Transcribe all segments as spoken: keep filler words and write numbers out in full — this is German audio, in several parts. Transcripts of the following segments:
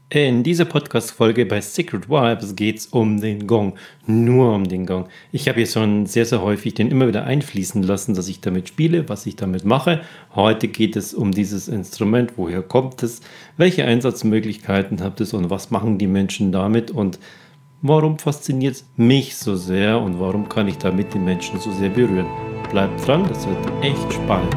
In dieser Podcast-Folge bei Secret Vibes geht es um den Gong. Nur um den Gong. Ich habe hier schon sehr, sehr häufig den immer wieder einfließen lassen, dass ich damit spiele, was ich damit mache. Heute geht es um dieses Instrument. Woher kommt es? Welche Einsatzmöglichkeiten habt es und was machen die Menschen damit? Und warum fasziniert es mich so sehr und warum kann ich damit die Menschen so sehr berühren? Bleibt dran, das wird echt spannend.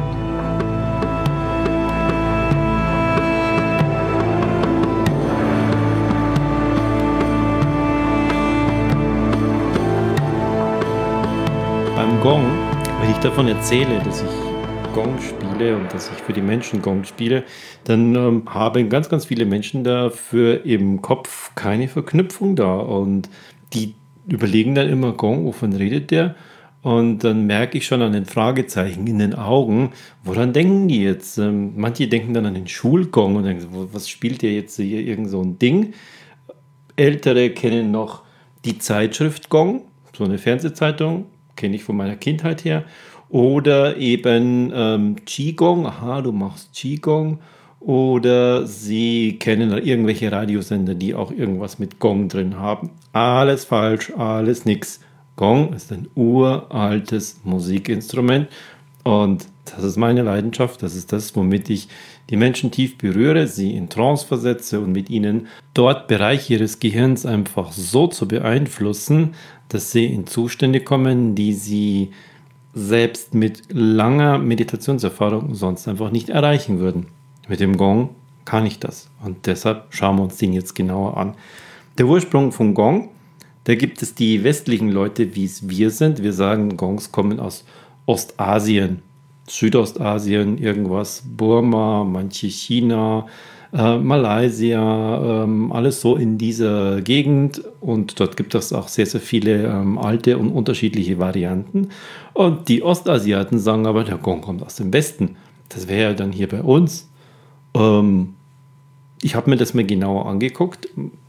Beim Gong, wenn ich davon erzähle, dass ich Gong spiele und dass ich für die Menschen Gong spiele, dann ähm, haben ganz, ganz viele Menschen dafür im Kopf keine Verknüpfung da und die überlegen dann immer, Gong, wovon redet der? Und dann merke ich schon an den Fragezeichen in den Augen, woran denken die jetzt? Ähm, manche denken dann an den Schulgong und denken, so, was spielt der jetzt hier, irgend so ein Ding? Ältere kennen noch die Zeitschrift Gong, so eine Fernsehzeitung, kenne ich von meiner Kindheit her. Oder eben ähm, Qigong, aha, du machst Qigong. Oder sie kennen irgendwelche Radiosender, die auch irgendwas mit Gong drin haben. Alles falsch, alles nix. Gong ist ein uraltes Musikinstrument und das ist meine Leidenschaft. Das ist das, womit ich die Menschen tief berühre, sie in Trance versetze und mit ihnen dort Bereiche ihres Gehirns einfach so zu beeinflussen, dass sie in Zustände kommen, die sie selbst mit langer Meditationserfahrung sonst einfach nicht erreichen würden. Mit dem Gong kann ich das und deshalb schauen wir uns den jetzt genauer an. Der Ursprung von Gong, da gibt es die westlichen Leute, wie es wir sind. Wir sagen, Gongs kommen aus Ostasien, Südostasien, irgendwas, Burma, manche China, äh, Malaysia, ähm, alles so in dieser Gegend. Und dort gibt es auch sehr, sehr viele ähm, alte und unterschiedliche Varianten. Und die Ostasiaten sagen aber, der Gong kommt aus dem Westen. Das wäre ja dann hier bei uns. Ähm, ich habe mir das mal genauer angeguckt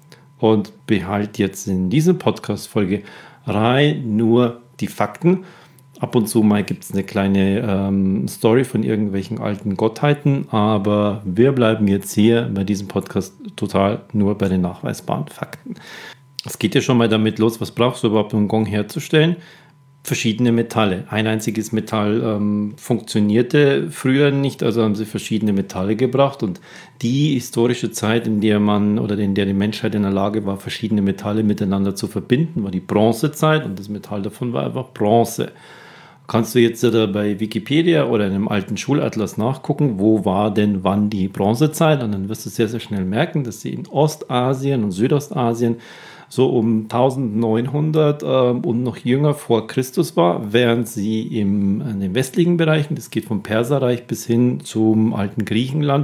und behalte jetzt in dieser Podcast-Folge rein nur die Fakten. Ab und zu mal gibt es eine kleine ähm, Story von irgendwelchen alten Gottheiten, aber wir bleiben jetzt hier bei diesem Podcast total nur bei den nachweisbaren Fakten. Es geht ja schon mal damit los, was brauchst du überhaupt, um einen Gong herzustellen? Verschiedene Metalle. Ein einziges Metall ähm, funktionierte früher nicht, also haben sie verschiedene Metalle gebracht und die historische Zeit, in der man oder in der die Menschheit in der Lage war, verschiedene Metalle miteinander zu verbinden, war die Bronzezeit und das Metall davon war einfach Bronze. Kannst du jetzt da bei Wikipedia oder in einem alten Schulatlas nachgucken, wo war denn wann die Bronzezeit? Und dann wirst du sehr, sehr schnell merken, dass sie in Ostasien und Südostasien so um neunzehnhundert äh, und noch jünger vor Christus war, während sie im, in den westlichen Bereichen, das geht vom Perserreich bis hin zum alten Griechenland,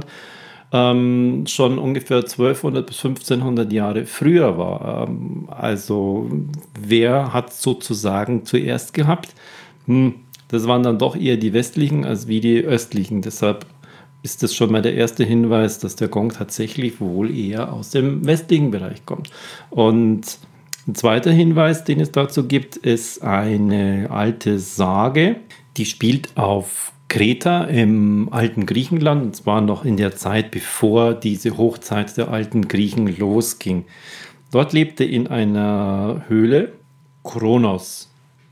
ähm, schon ungefähr zwölfhundert bis fünfzehnhundert Jahre früher war. Ähm, also wer hat sozusagen zuerst gehabt? Hm, das waren dann doch eher die westlichen als wie die östlichen. Deshalb ist das schon mal der erste Hinweis, dass der Gong tatsächlich wohl eher aus dem westlichen Bereich kommt. Und ein zweiter Hinweis, den es dazu gibt, ist eine alte Sage, die spielt auf Kreta im alten Griechenland, und zwar noch in der Zeit, bevor diese Hochzeit der alten Griechen losging. Dort lebte in einer Höhle Kronos.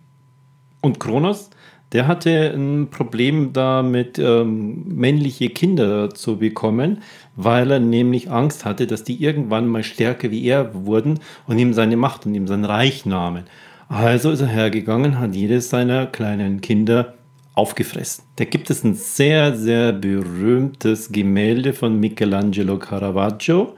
Und Kronos, der hatte ein Problem damit, ähm, männliche Kinder zu bekommen, weil er nämlich Angst hatte, dass die irgendwann mal stärker wie er wurden und ihm seine Macht und ihm sein Reich nahmen. Also ist er hergegangen, hat jedes seiner kleinen Kinder aufgefressen. Da gibt es ein sehr, sehr berühmtes Gemälde von Michelangelo Caravaggio,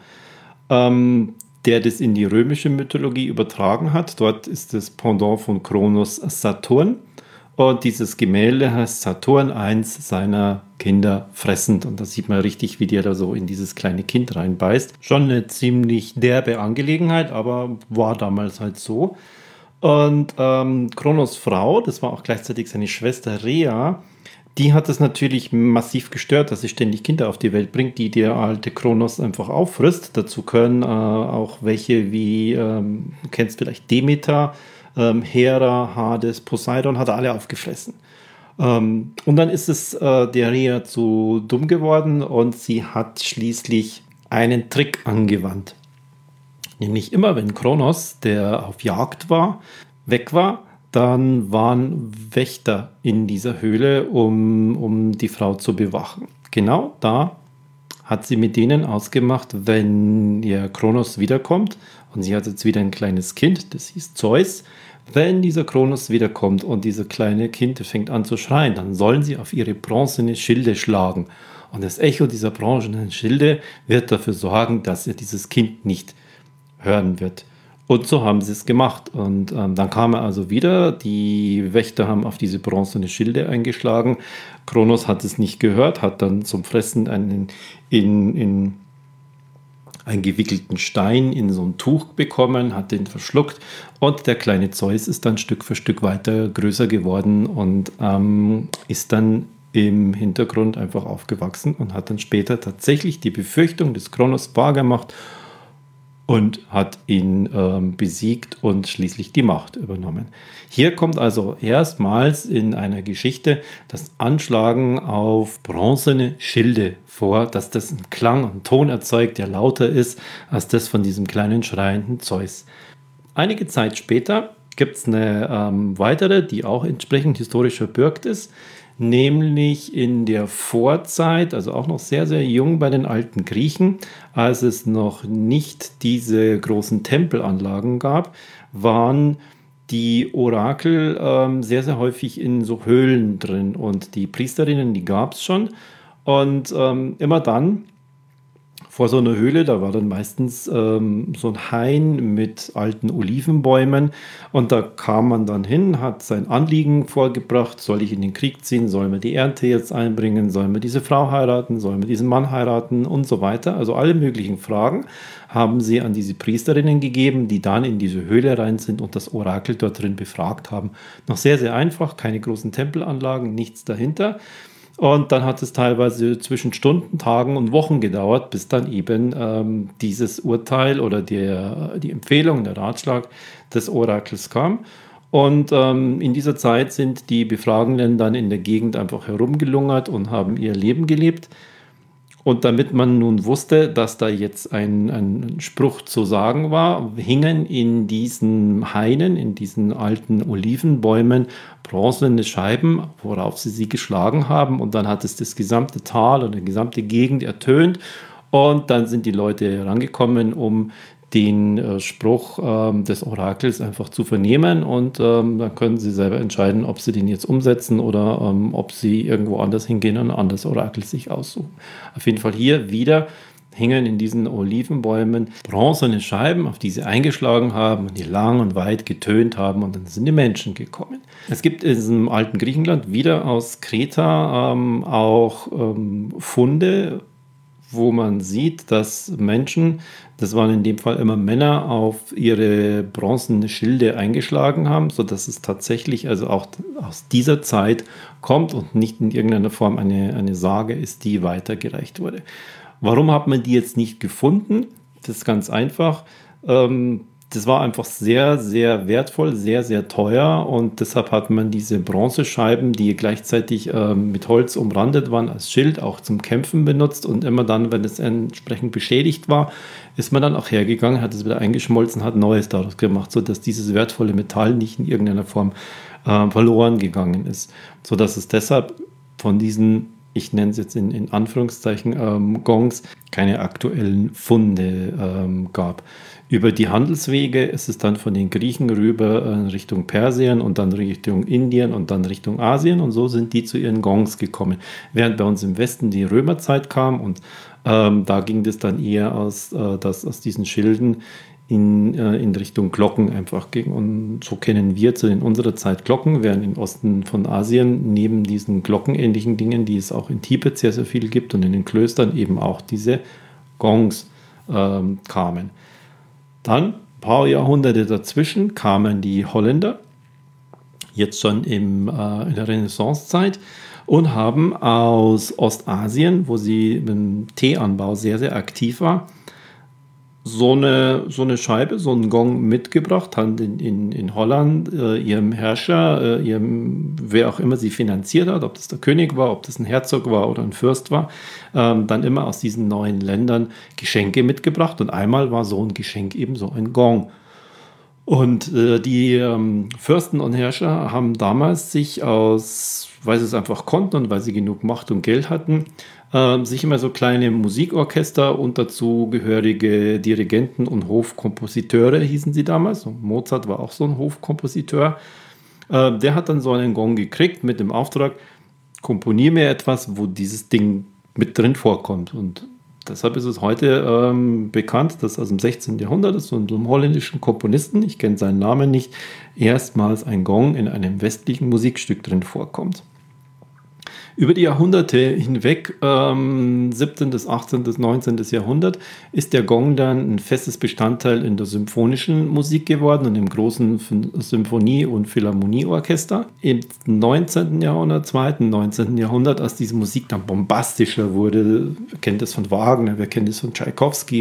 ähm, der das in die römische Mythologie übertragen hat. Dort ist das Pendant von Kronos Saturn. Und dieses Gemälde heißt Saturn, eins seiner Kinder fressend. Und da sieht man richtig, wie der da so in dieses kleine Kind reinbeißt. Schon eine ziemlich derbe Angelegenheit, aber war damals halt so. Und ähm, Kronos Frau, das war auch gleichzeitig seine Schwester Rhea, die hat es natürlich massiv gestört, dass sie ständig Kinder auf die Welt bringt, die der alte Kronos einfach auffrisst. Dazu können äh, auch welche wie, ähm, du kennst vielleicht Demeter, ähm, Hera, Hades, Poseidon, hat er alle aufgefressen. Ähm, und dann ist es äh, der Rhea zu dumm geworden und sie hat schließlich einen Trick angewandt. Nämlich immer, wenn Kronos, der auf Jagd war, weg war, dann waren Wächter in dieser Höhle, um, um die Frau zu bewachen. Genau da hat sie mit denen ausgemacht, wenn ihr Kronos wiederkommt, und sie hat jetzt wieder ein kleines Kind, das hieß Zeus, wenn dieser Kronos wiederkommt und dieser kleine Kind fängt an zu schreien, dann sollen sie auf ihre bronzene Schilde schlagen. Und das Echo dieser bronzenen Schilde wird dafür sorgen, dass er dieses Kind nicht hören wird. Und so haben sie es gemacht. Und ähm, dann kam er also wieder. Die Wächter haben auf diese bronzene Schilde eingeschlagen. Kronos hat es nicht gehört, hat dann zum Fressen einen in, in eingewickelten Stein in so ein Tuch bekommen, hat den verschluckt. Und der kleine Zeus ist dann Stück für Stück weiter größer geworden und ähm, ist dann im Hintergrund einfach aufgewachsen und hat dann später tatsächlich die Befürchtung des Kronos wahrgemacht und hat ihn ähm, besiegt und schließlich die Macht übernommen. Hier kommt also erstmals in einer Geschichte das Anschlagen auf bronzene Schilde vor, dass das einen Klang und einen Ton erzeugt, der lauter ist als das von diesem kleinen schreienden Zeus. Einige Zeit später gibt es eine ähm, weitere, die auch entsprechend historisch verbürgt ist, nämlich in der Vorzeit, also auch noch sehr, sehr jung bei den alten Griechen, als es noch nicht diese großen Tempelanlagen gab, waren die Orakel ähm, sehr, sehr häufig in so Höhlen drin und die Priesterinnen, die gab es schon und ähm, immer dann, vor so einer Höhle, da war dann meistens ähm, so ein Hain mit alten Olivenbäumen und da kam man dann hin, hat sein Anliegen vorgebracht, soll ich in den Krieg ziehen, soll man die Ernte jetzt einbringen, soll man diese Frau heiraten, soll man diesen Mann heiraten und so weiter. Also alle möglichen Fragen haben sie an diese Priesterinnen gegeben, die dann in diese Höhle rein sind und das Orakel dort drin befragt haben. Noch sehr, sehr einfach, keine großen Tempelanlagen, nichts dahinter. Und dann hat es teilweise zwischen Stunden, Tagen und Wochen gedauert, bis dann eben ähm, dieses Urteil oder der, die Empfehlung, der Ratschlag des Orakels kam. Und ähm, in dieser Zeit sind die Befragenden dann in der Gegend einfach herumgelungert und haben ihr Leben gelebt. Und damit man nun wusste, dass da jetzt ein, ein Spruch zu sagen war, hingen in diesen Hainen, in diesen alten Olivenbäumen bronzene Scheiben, worauf sie sie geschlagen haben. Und dann hat es das gesamte Tal und die gesamte Gegend ertönt. Und dann sind die Leute herangekommen, um den äh, Spruch ähm, des Orakels einfach zu vernehmen. Und ähm, dann können sie selber entscheiden, ob sie den jetzt umsetzen oder ähm, ob sie irgendwo anders hingehen und ein anderes Orakel sich aussuchen. Auf jeden Fall hier wieder hingen in diesen Olivenbäumen bronzene Scheiben, auf die sie eingeschlagen haben und die lang und weit getönt haben und dann sind die Menschen gekommen. Es gibt in diesem alten Griechenland wieder aus Kreta ähm, auch ähm, Funde, wo man sieht, dass Menschen, das waren in dem Fall immer Männer, auf ihre bronzene Schilde eingeschlagen haben, sodass es tatsächlich also auch aus dieser Zeit kommt und nicht in irgendeiner Form eine, eine Sage ist, die weitergereicht wurde. Warum hat man die jetzt nicht gefunden? Das ist ganz einfach. Ähm, das war einfach sehr, sehr wertvoll, sehr, sehr teuer und deshalb hat man diese Bronzescheiben, die gleichzeitig ähm, mit Holz umrandet waren, als Schild auch zum Kämpfen benutzt und immer dann, wenn es entsprechend beschädigt war, ist man dann auch hergegangen, hat es wieder eingeschmolzen, hat Neues daraus gemacht, sodass dieses wertvolle Metall nicht in irgendeiner Form äh, verloren gegangen ist. Sodass es deshalb von diesen, ich nenne es jetzt in, in Anführungszeichen, ähm, Gongs, keine aktuellen Funde ähm, gab. Über die Handelswege ist es dann von den Griechen rüber in Richtung Persien und dann Richtung Indien und dann Richtung Asien und so sind die zu ihren Gongs gekommen. Während bei uns im Westen die Römerzeit kam und ähm, da ging das dann eher aus, äh, dass aus diesen Schilden in, äh, in Richtung Glocken einfach ging. Und so kennen wir zu in unserer Zeit Glocken, während im Osten von Asien neben diesen glockenähnlichen Dingen, die es auch in Tibet sehr, sehr viel gibt und in den Klöstern eben auch diese Gongs ähm, kamen. Dann, ein paar Jahrhunderte dazwischen, kamen die Holländer, jetzt schon im, äh, in der Renaissancezeit, und haben aus Ostasien, wo sie im Teeanbau sehr, sehr aktiv war, so eine, so eine Scheibe, so einen Gong mitgebracht, haben in, in, in Holland äh, ihrem Herrscher, äh, ihrem, wer auch immer sie finanziert hat, ob das der König war, ob das ein Herzog war oder ein Fürst war, ähm, dann immer aus diesen neuen Ländern Geschenke mitgebracht. Und einmal war so ein Geschenk eben so ein Gong. Und äh, die ähm, Fürsten und Herrscher haben damals sich aus, weil sie es einfach konnten und weil sie genug Macht und Geld hatten, ähm, sich immer so kleine Musikorchester und dazugehörige Dirigenten und Hofkompositeure hießen sie damals. Und Mozart war auch so ein Hofkompositeur. Äh, der hat dann so einen Gong gekriegt mit dem Auftrag, komponier mir etwas, wo dieses Ding mit drin vorkommt. Und deshalb ist es heute ähm, bekannt, dass aus dem sechzehnten. Jahrhundert ist so einem holländischen Komponisten, ich kenne seinen Namen nicht, erstmals ein Gong in einem westlichen Musikstück drin vorkommt. Über die Jahrhunderte hinweg, ähm, siebzehnten., achtzehnten., neunzehnten. Jahrhundert, ist der Gong dann ein festes Bestandteil in der symphonischen Musik geworden und im großen Symphonie- und Philharmonieorchester. Im neunzehnten. Jahrhundert, zweiten. neunzehnten. Jahrhundert, als diese Musik dann bombastischer wurde, wir kennen das von Wagner, wir kennen das von Tschaikowski,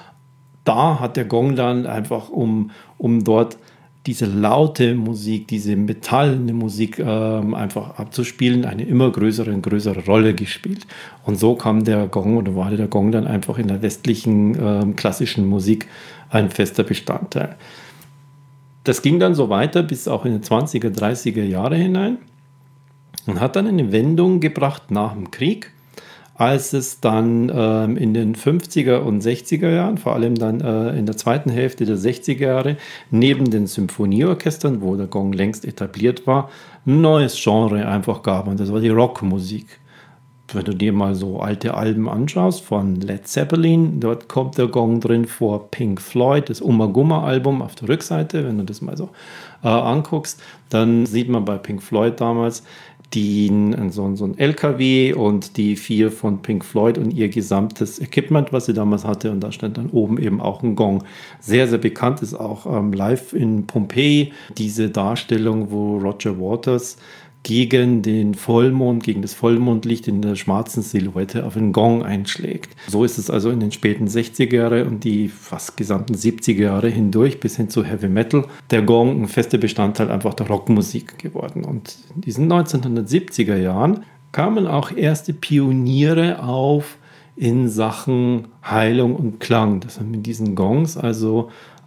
da hat der Gong dann einfach, um, um dort diese laute Musik, diese metallene Musik ähm, einfach abzuspielen, eine immer größere und größere Rolle gespielt. Und so kam der Gong oder war der Gong dann einfach in der westlichen ähm, klassischen Musik ein fester Bestandteil. Das ging dann so weiter bis auch in die zwanziger, dreißiger Jahre hinein und hat dann eine Wendung gebracht nach dem Krieg, als es dann ähm, in den fünfziger und sechziger Jahren, vor allem dann äh, in der zweiten Hälfte der sechziger Jahre, neben den Symphonieorchestern, wo der Gong längst etabliert war, ein neues Genre einfach gab. Und das war die Rockmusik. Wenn du dir mal so alte Alben anschaust von Led Zeppelin, dort kommt der Gong drin vor. Pink Floyd, das Ummagumma-Album auf der Rückseite, wenn du das mal so äh, anguckst, dann sieht man bei Pink Floyd damals, die, so, so ein L K W und die vier von Pink Floyd und ihr gesamtes Equipment, was sie damals hatte. Und da stand dann oben eben auch ein Gong. Sehr, sehr bekannt ist auch ähm, live in Pompeji diese Darstellung, wo Roger Waters gegen den Vollmond, gegen das Vollmondlicht in der schwarzen Silhouette auf einen Gong einschlägt. So ist es also in den späten sechziger Jahre und die fast gesamten siebziger Jahre hindurch bis hin zu Heavy Metal der Gong ein fester Bestandteil einfach der Rockmusik geworden. Und in diesen neunzehnhundertsiebziger Jahren kamen auch erste Pioniere auf in Sachen Heilung und Klang, dass man mit diesen Gongs also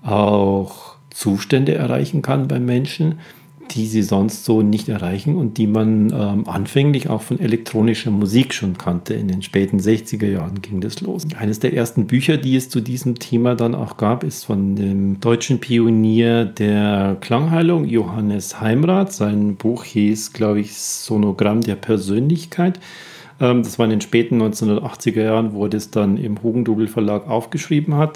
auch Zustände erreichen kann bei Menschen, die sie sonst so nicht erreichen und die man ähm, anfänglich auch von elektronischer Musik schon kannte. In den späten sechziger Jahren ging das los. Eines der ersten Bücher, die es zu diesem Thema dann auch gab, ist von dem deutschen Pionier der Klangheilung, Johannes Heimrath. Sein Buch hieß, glaube ich, Sonogramm der Persönlichkeit. Ähm, das war in den späten neunzehnhundertachtziger Jahren, wo er das dann im Hugendubel Verlag aufgeschrieben hat.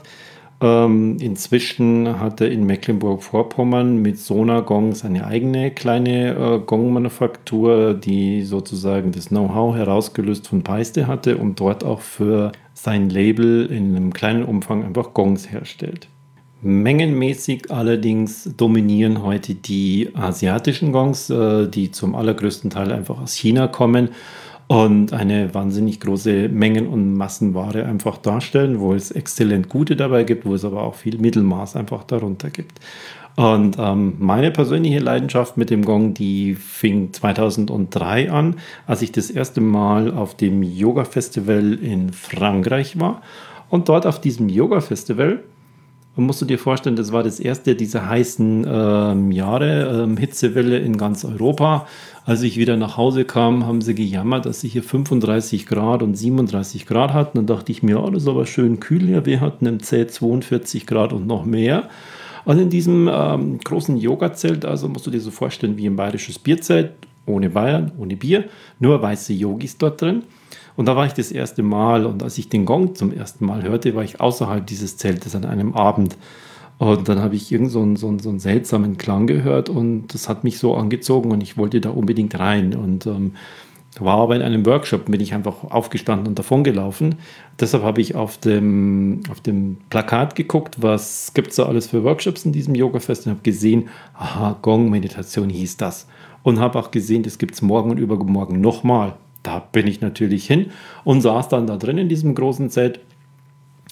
Ähm, inzwischen hat er in Mecklenburg-Vorpommern mit Sonargong seine eigene kleine äh, Gong-Manufaktur, die sozusagen das Know-how herausgelöst von Peiste hatte und dort auch für sein Label in einem kleinen Umfang einfach Gongs herstellt. Mengenmäßig allerdings dominieren heute die asiatischen Gongs, äh, die zum allergrößten Teil einfach aus China kommen und eine wahnsinnig große Mengen- und Massenware einfach darstellen, wo es exzellent gute dabei gibt, wo es aber auch viel Mittelmaß einfach darunter gibt. Und ähm, meine persönliche Leidenschaft mit dem Gong, die fing zweitausenddrei an, als ich das erste Mal auf dem Yoga-Festival in Frankreich war. Und dort auf diesem Yoga-Festival, musst du dir vorstellen, das war das erste dieser heißen ähm, Jahre, ähm, Hitzewelle in ganz Europa. Als ich wieder nach Hause kam, haben sie gejammert, dass sie hier fünfunddreißig Grad und siebenunddreißig Grad hatten. Dann dachte ich mir, oh, das ist aber schön kühl hier. Wir hatten im Zelt zweiundvierzig Grad und noch mehr. Und in diesem ähm, großen Yoga-Zelt, also musst du dir so vorstellen wie ein bayerisches Bierzelt, ohne Bayern, ohne Bier, nur weiße Yogis dort drin. Und da war ich das erste Mal und als ich den Gong zum ersten Mal hörte, war ich außerhalb dieses Zeltes an einem Abend. Und dann habe ich irgend so einen, so, einen, so einen seltsamen Klang gehört und das hat mich so angezogen und ich wollte da unbedingt rein. Und ähm, war aber in einem Workshop, bin ich einfach aufgestanden und davon gelaufen. Deshalb habe ich auf dem, auf dem Plakat geguckt, was gibt es da alles für Workshops in diesem Yoga-Fest und habe gesehen, aha, Gong-Meditation hieß das. Und habe auch gesehen, das gibt es morgen und übermorgen nochmal. Da bin ich natürlich hin und saß dann da drin in diesem großen Zelt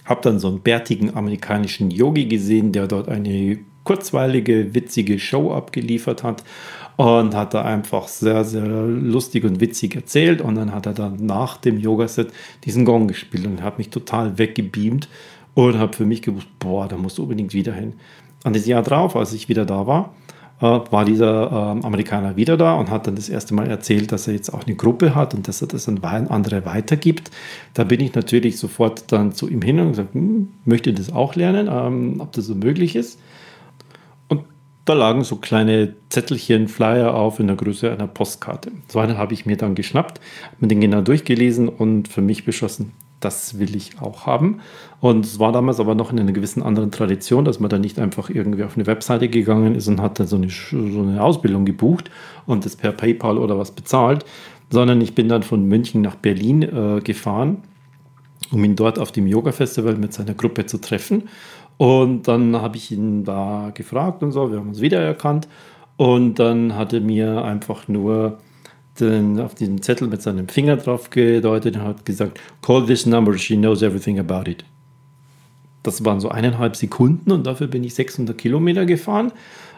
Habe dann so einen bärtigen amerikanischen Yogi gesehen, der dort eine kurzweilige, witzige Show abgeliefert hat und hat da einfach sehr, sehr lustig und witzig erzählt. Und dann hat er dann nach dem Yogaset diesen Gong gespielt und hat mich total weggebeamt und habe für mich gewusst, boah, da musst du unbedingt wieder hin. Und das Jahr drauf, als ich wieder da war, äh, war dieser äh, Amerikaner wieder da und hat dann das erste Mal erzählt, dass er jetzt auch eine Gruppe hat und dass er das an andere weitergibt. Da bin ich natürlich sofort dann zu ihm hin und gesagt, hm, möchte das auch lernen, ähm, ob das so möglich ist. Und da lagen so kleine Zettelchen, Flyer auf in der Größe einer Postkarte. So einen habe ich mir dann geschnappt, mir den genau durchgelesen und für mich beschlossen, das will ich auch haben. Und es war damals aber noch in einer gewissen anderen Tradition, dass man dann nicht einfach irgendwie auf eine Webseite gegangen ist und hat dann so eine, so eine Ausbildung gebucht und das per PayPal oder was bezahlt, sondern ich bin dann von München nach Berlin äh, gefahren, um ihn dort auf dem Yoga-Festival mit seiner Gruppe zu treffen. Und dann habe ich ihn da gefragt und so, wir haben uns wiedererkannt. Und dann hat er mir einfach nur den, auf den Zettel mit seinem Finger drauf gedeutet und hat gesagt, call this number, she knows everything about it. Das waren so eineinhalb Sekunden und dafür bin ich sechshundert Kilometer gefahren.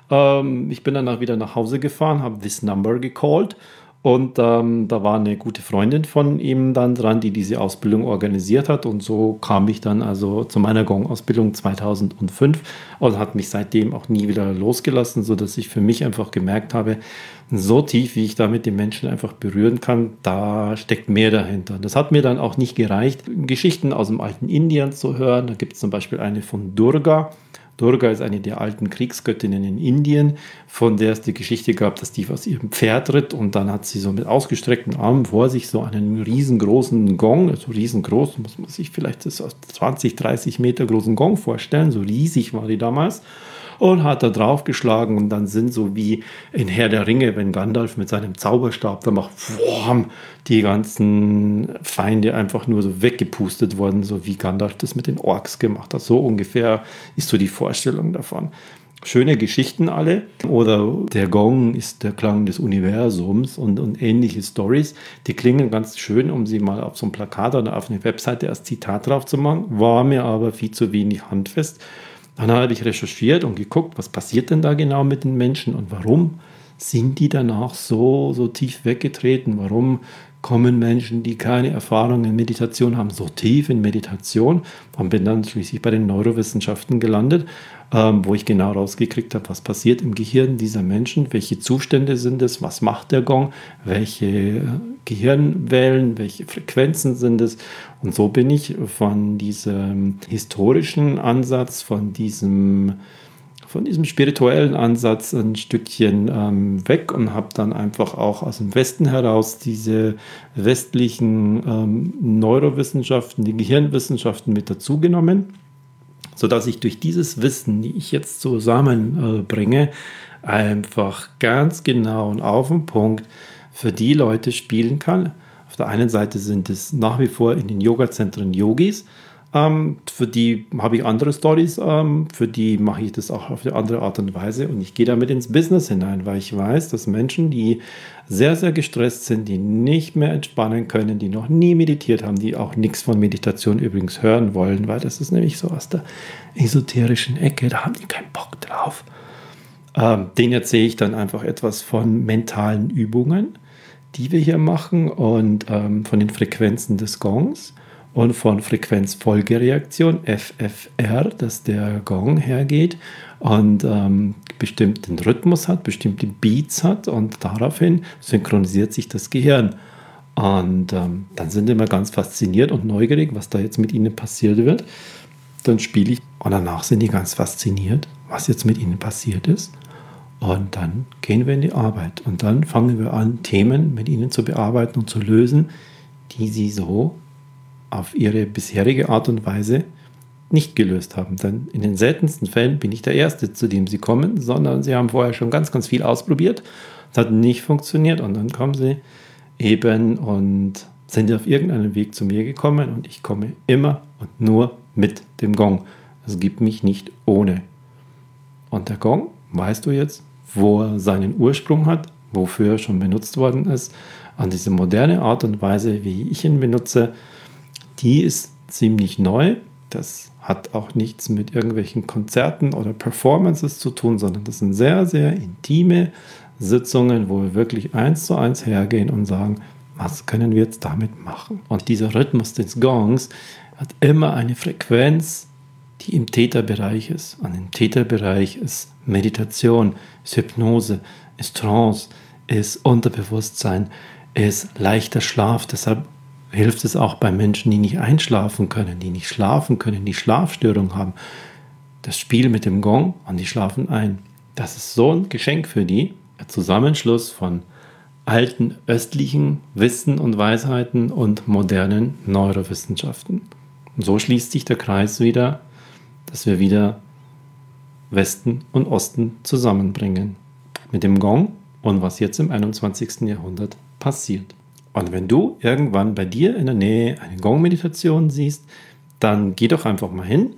Ähm, ich bin danach wieder nach Hause gefahren, habe this number gecallt. Und ähm, da war eine gute Freundin von ihm dann dran, die diese Ausbildung organisiert hat. Und so kam ich dann also zu meiner Gong-Ausbildung zweitausendfünf und hat mich seitdem auch nie wieder losgelassen, sodass ich für mich einfach gemerkt habe, so tief, wie ich da mit den Menschen einfach berühren kann, da steckt mehr dahinter. Das hat mir dann auch nicht gereicht, Geschichten aus dem alten Indien zu hören. Da gibt es zum Beispiel eine von Durga. Durga ist eine der alten Kriegsgöttinnen in Indien, von der es die Geschichte gab, dass die aus ihrem Pferd ritt und dann hat sie so mit ausgestreckten Armen vor sich so einen riesengroßen Gong, also riesengroß, muss man sich vielleicht so zwanzig, dreißig Meter großen Gong vorstellen, so riesig war die damals. Und hat da drauf geschlagen und dann sind so wie in Herr der Ringe, wenn Gandalf mit seinem Zauberstab da macht, wham, die ganzen Feinde einfach nur so weggepustet worden, so wie Gandalf das mit den Orks gemacht hat. So ungefähr ist so die Vorstellung davon. Schöne Geschichten alle. Oder der Gong ist der Klang des Universums und, und ähnliche Stories. Die klingen ganz schön, um sie mal auf so ein Plakat oder auf eine Webseite als Zitat drauf zu machen. War mir aber viel zu wenig handfest. Dann habe ich recherchiert und geguckt, was passiert denn da genau mit den Menschen und warum sind die danach so, so tief weggetreten? Warum kommen Menschen, die keine Erfahrung in Meditation haben, so tief in Meditation? Und bin dann schließlich bei den Neurowissenschaften gelandet, ähm, wo ich genau rausgekriegt habe, was passiert im Gehirn dieser Menschen, welche Zustände sind es, was macht der Gong, welche Gehirnwellen, welche Frequenzen sind es. Und so bin ich von diesem historischen Ansatz, von diesem von diesem spirituellen Ansatz ein Stückchen ähm, weg und habe dann einfach auch aus dem Westen heraus diese westlichen ähm, Neurowissenschaften, die Gehirnwissenschaften mit dazugenommen, sodass ich durch dieses Wissen, die ich jetzt zusammenbringe, äh, einfach ganz genau und auf den Punkt für die Leute spielen kann. Auf der einen Seite sind es nach wie vor in den Yoga-Zentren Yogis. Ähm, für die habe ich andere Stories, ähm, für die mache ich das auch auf eine andere Art und Weise und ich gehe damit ins Business hinein, weil ich weiß, dass Menschen, die sehr, sehr gestresst sind, die nicht mehr entspannen können, die noch nie meditiert haben, die auch nichts von Meditation übrigens hören wollen, weil das ist nämlich so aus der esoterischen Ecke, da haben die keinen Bock drauf. Ähm, denen erzähle ich dann einfach etwas von mentalen Übungen, die wir hier machen und ähm, von den Frequenzen des Gongs. Und von Frequenzfolgereaktion, F F R, dass der Gong hergeht und ähm, bestimmten Rhythmus hat, bestimmte Beats hat und daraufhin synchronisiert sich das Gehirn. Und ähm, dann sind wir immer ganz fasziniert und neugierig, was da jetzt mit ihnen passiert wird. Dann spiele ich und danach sind die ganz fasziniert, was jetzt mit ihnen passiert ist. Und dann gehen wir in die Arbeit und dann fangen wir an, Themen mit ihnen zu bearbeiten und zu lösen, die sie so auf ihre bisherige Art und Weise nicht gelöst haben. Denn in den seltensten Fällen bin ich der Erste, zu dem sie kommen, sondern sie haben vorher schon ganz, ganz viel ausprobiert. Es hat nicht funktioniert und dann kommen sie eben und sind auf irgendeinem Weg zu mir gekommen und ich komme immer und nur mit dem Gong. Es gibt mich nicht ohne. Und der Gong, weißt du jetzt, wo er seinen Ursprung hat, wofür er schon benutzt worden ist, an diese moderne Art und Weise, wie ich ihn benutze, die ist ziemlich neu Das hat auch nichts mit irgendwelchen Konzerten oder Performances zu tun, sondern das sind sehr, sehr intime Sitzungen, wo wir wirklich eins zu eins hergehen und sagen, was können wir jetzt damit machen? Und dieser Rhythmus des Gongs hat immer eine Frequenz, die im Theta-Bereich ist. Und im Theta-Bereich ist Meditation, ist Hypnose, ist Trance, ist Unterbewusstsein, ist leichter Schlaf. Deshalb hilft es auch bei Menschen, die nicht einschlafen können, die nicht schlafen können, die Schlafstörungen haben. Das Spiel mit dem Gong und die schlafen ein. Das ist so ein Geschenk für die. Der Zusammenschluss von alten östlichen Wissen und Weisheiten und modernen Neurowissenschaften. Und so schließt sich der Kreis wieder, dass wir wieder Westen und Osten zusammenbringen. Mit dem Gong und was jetzt im einundzwanzigsten Jahrhundert passiert. Und wenn du irgendwann bei dir in der Nähe eine Gong-Meditation siehst, dann geh doch einfach mal hin.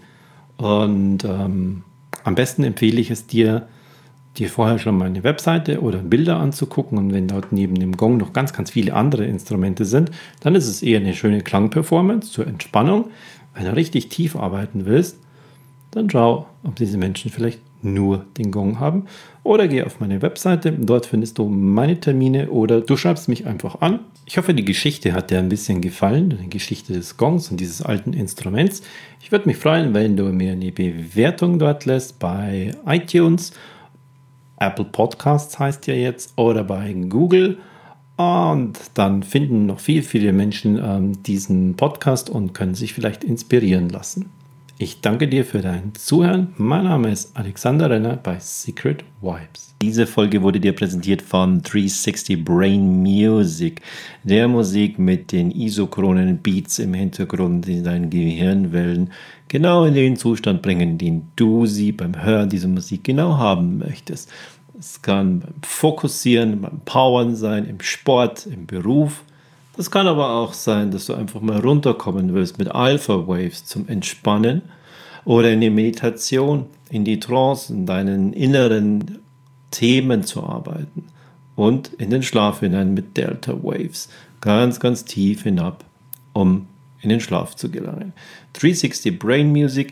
Und ähm, am besten empfehle ich es dir, dir vorher schon mal eine Webseite oder Bilder anzugucken. Und wenn dort neben dem Gong noch ganz, ganz viele andere Instrumente sind, dann ist es eher eine schöne Klangperformance zur Entspannung. Wenn du richtig tief arbeiten willst, dann schau, ob diese Menschen vielleicht nur den Gong haben. Oder geh auf meine Webseite, dort findest du meine Termine oder du schreibst mich einfach an. Ich hoffe, die Geschichte hat dir ein bisschen gefallen, die Geschichte des Gongs und dieses alten Instruments. Ich würde mich freuen, wenn du mir eine Bewertung dort lässt bei iTunes, Apple Podcasts heißt ja jetzt, oder bei Google. Und dann finden noch viele, viele Menschen ähm, diesen Podcast und können sich vielleicht inspirieren lassen. Ich danke dir für dein Zuhören. Mein Name ist Alexander Renner bei Secret Vibes. Diese Folge wurde dir präsentiert von dreihundertsechzig Brain Music, der Musik mit den isochronen Beats im Hintergrund, die deine Gehirnwellen genau in den Zustand bringen, den du sie beim Hören dieser Musik genau haben möchtest. Es kann beim Fokussieren, beim Powern sein, im Sport, im Beruf. Das kann aber auch sein, dass du einfach mal runterkommen willst mit Alpha Waves zum Entspannen oder in die Meditation, in die Trance, in deinen inneren Themen zu arbeiten und in den Schlaf hinein mit Delta Waves, ganz, ganz tief hinab, um in den Schlaf zu gelangen. dreihundertsechzig Brain Music.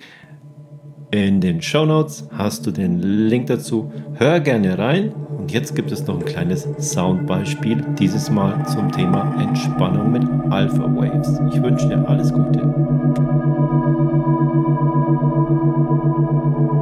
In den Shownotes hast du den Link dazu. Hör gerne rein. Und jetzt gibt es noch ein kleines Soundbeispiel, dieses Mal zum Thema Entspannung mit Alpha Waves. Ich wünsche dir alles Gute.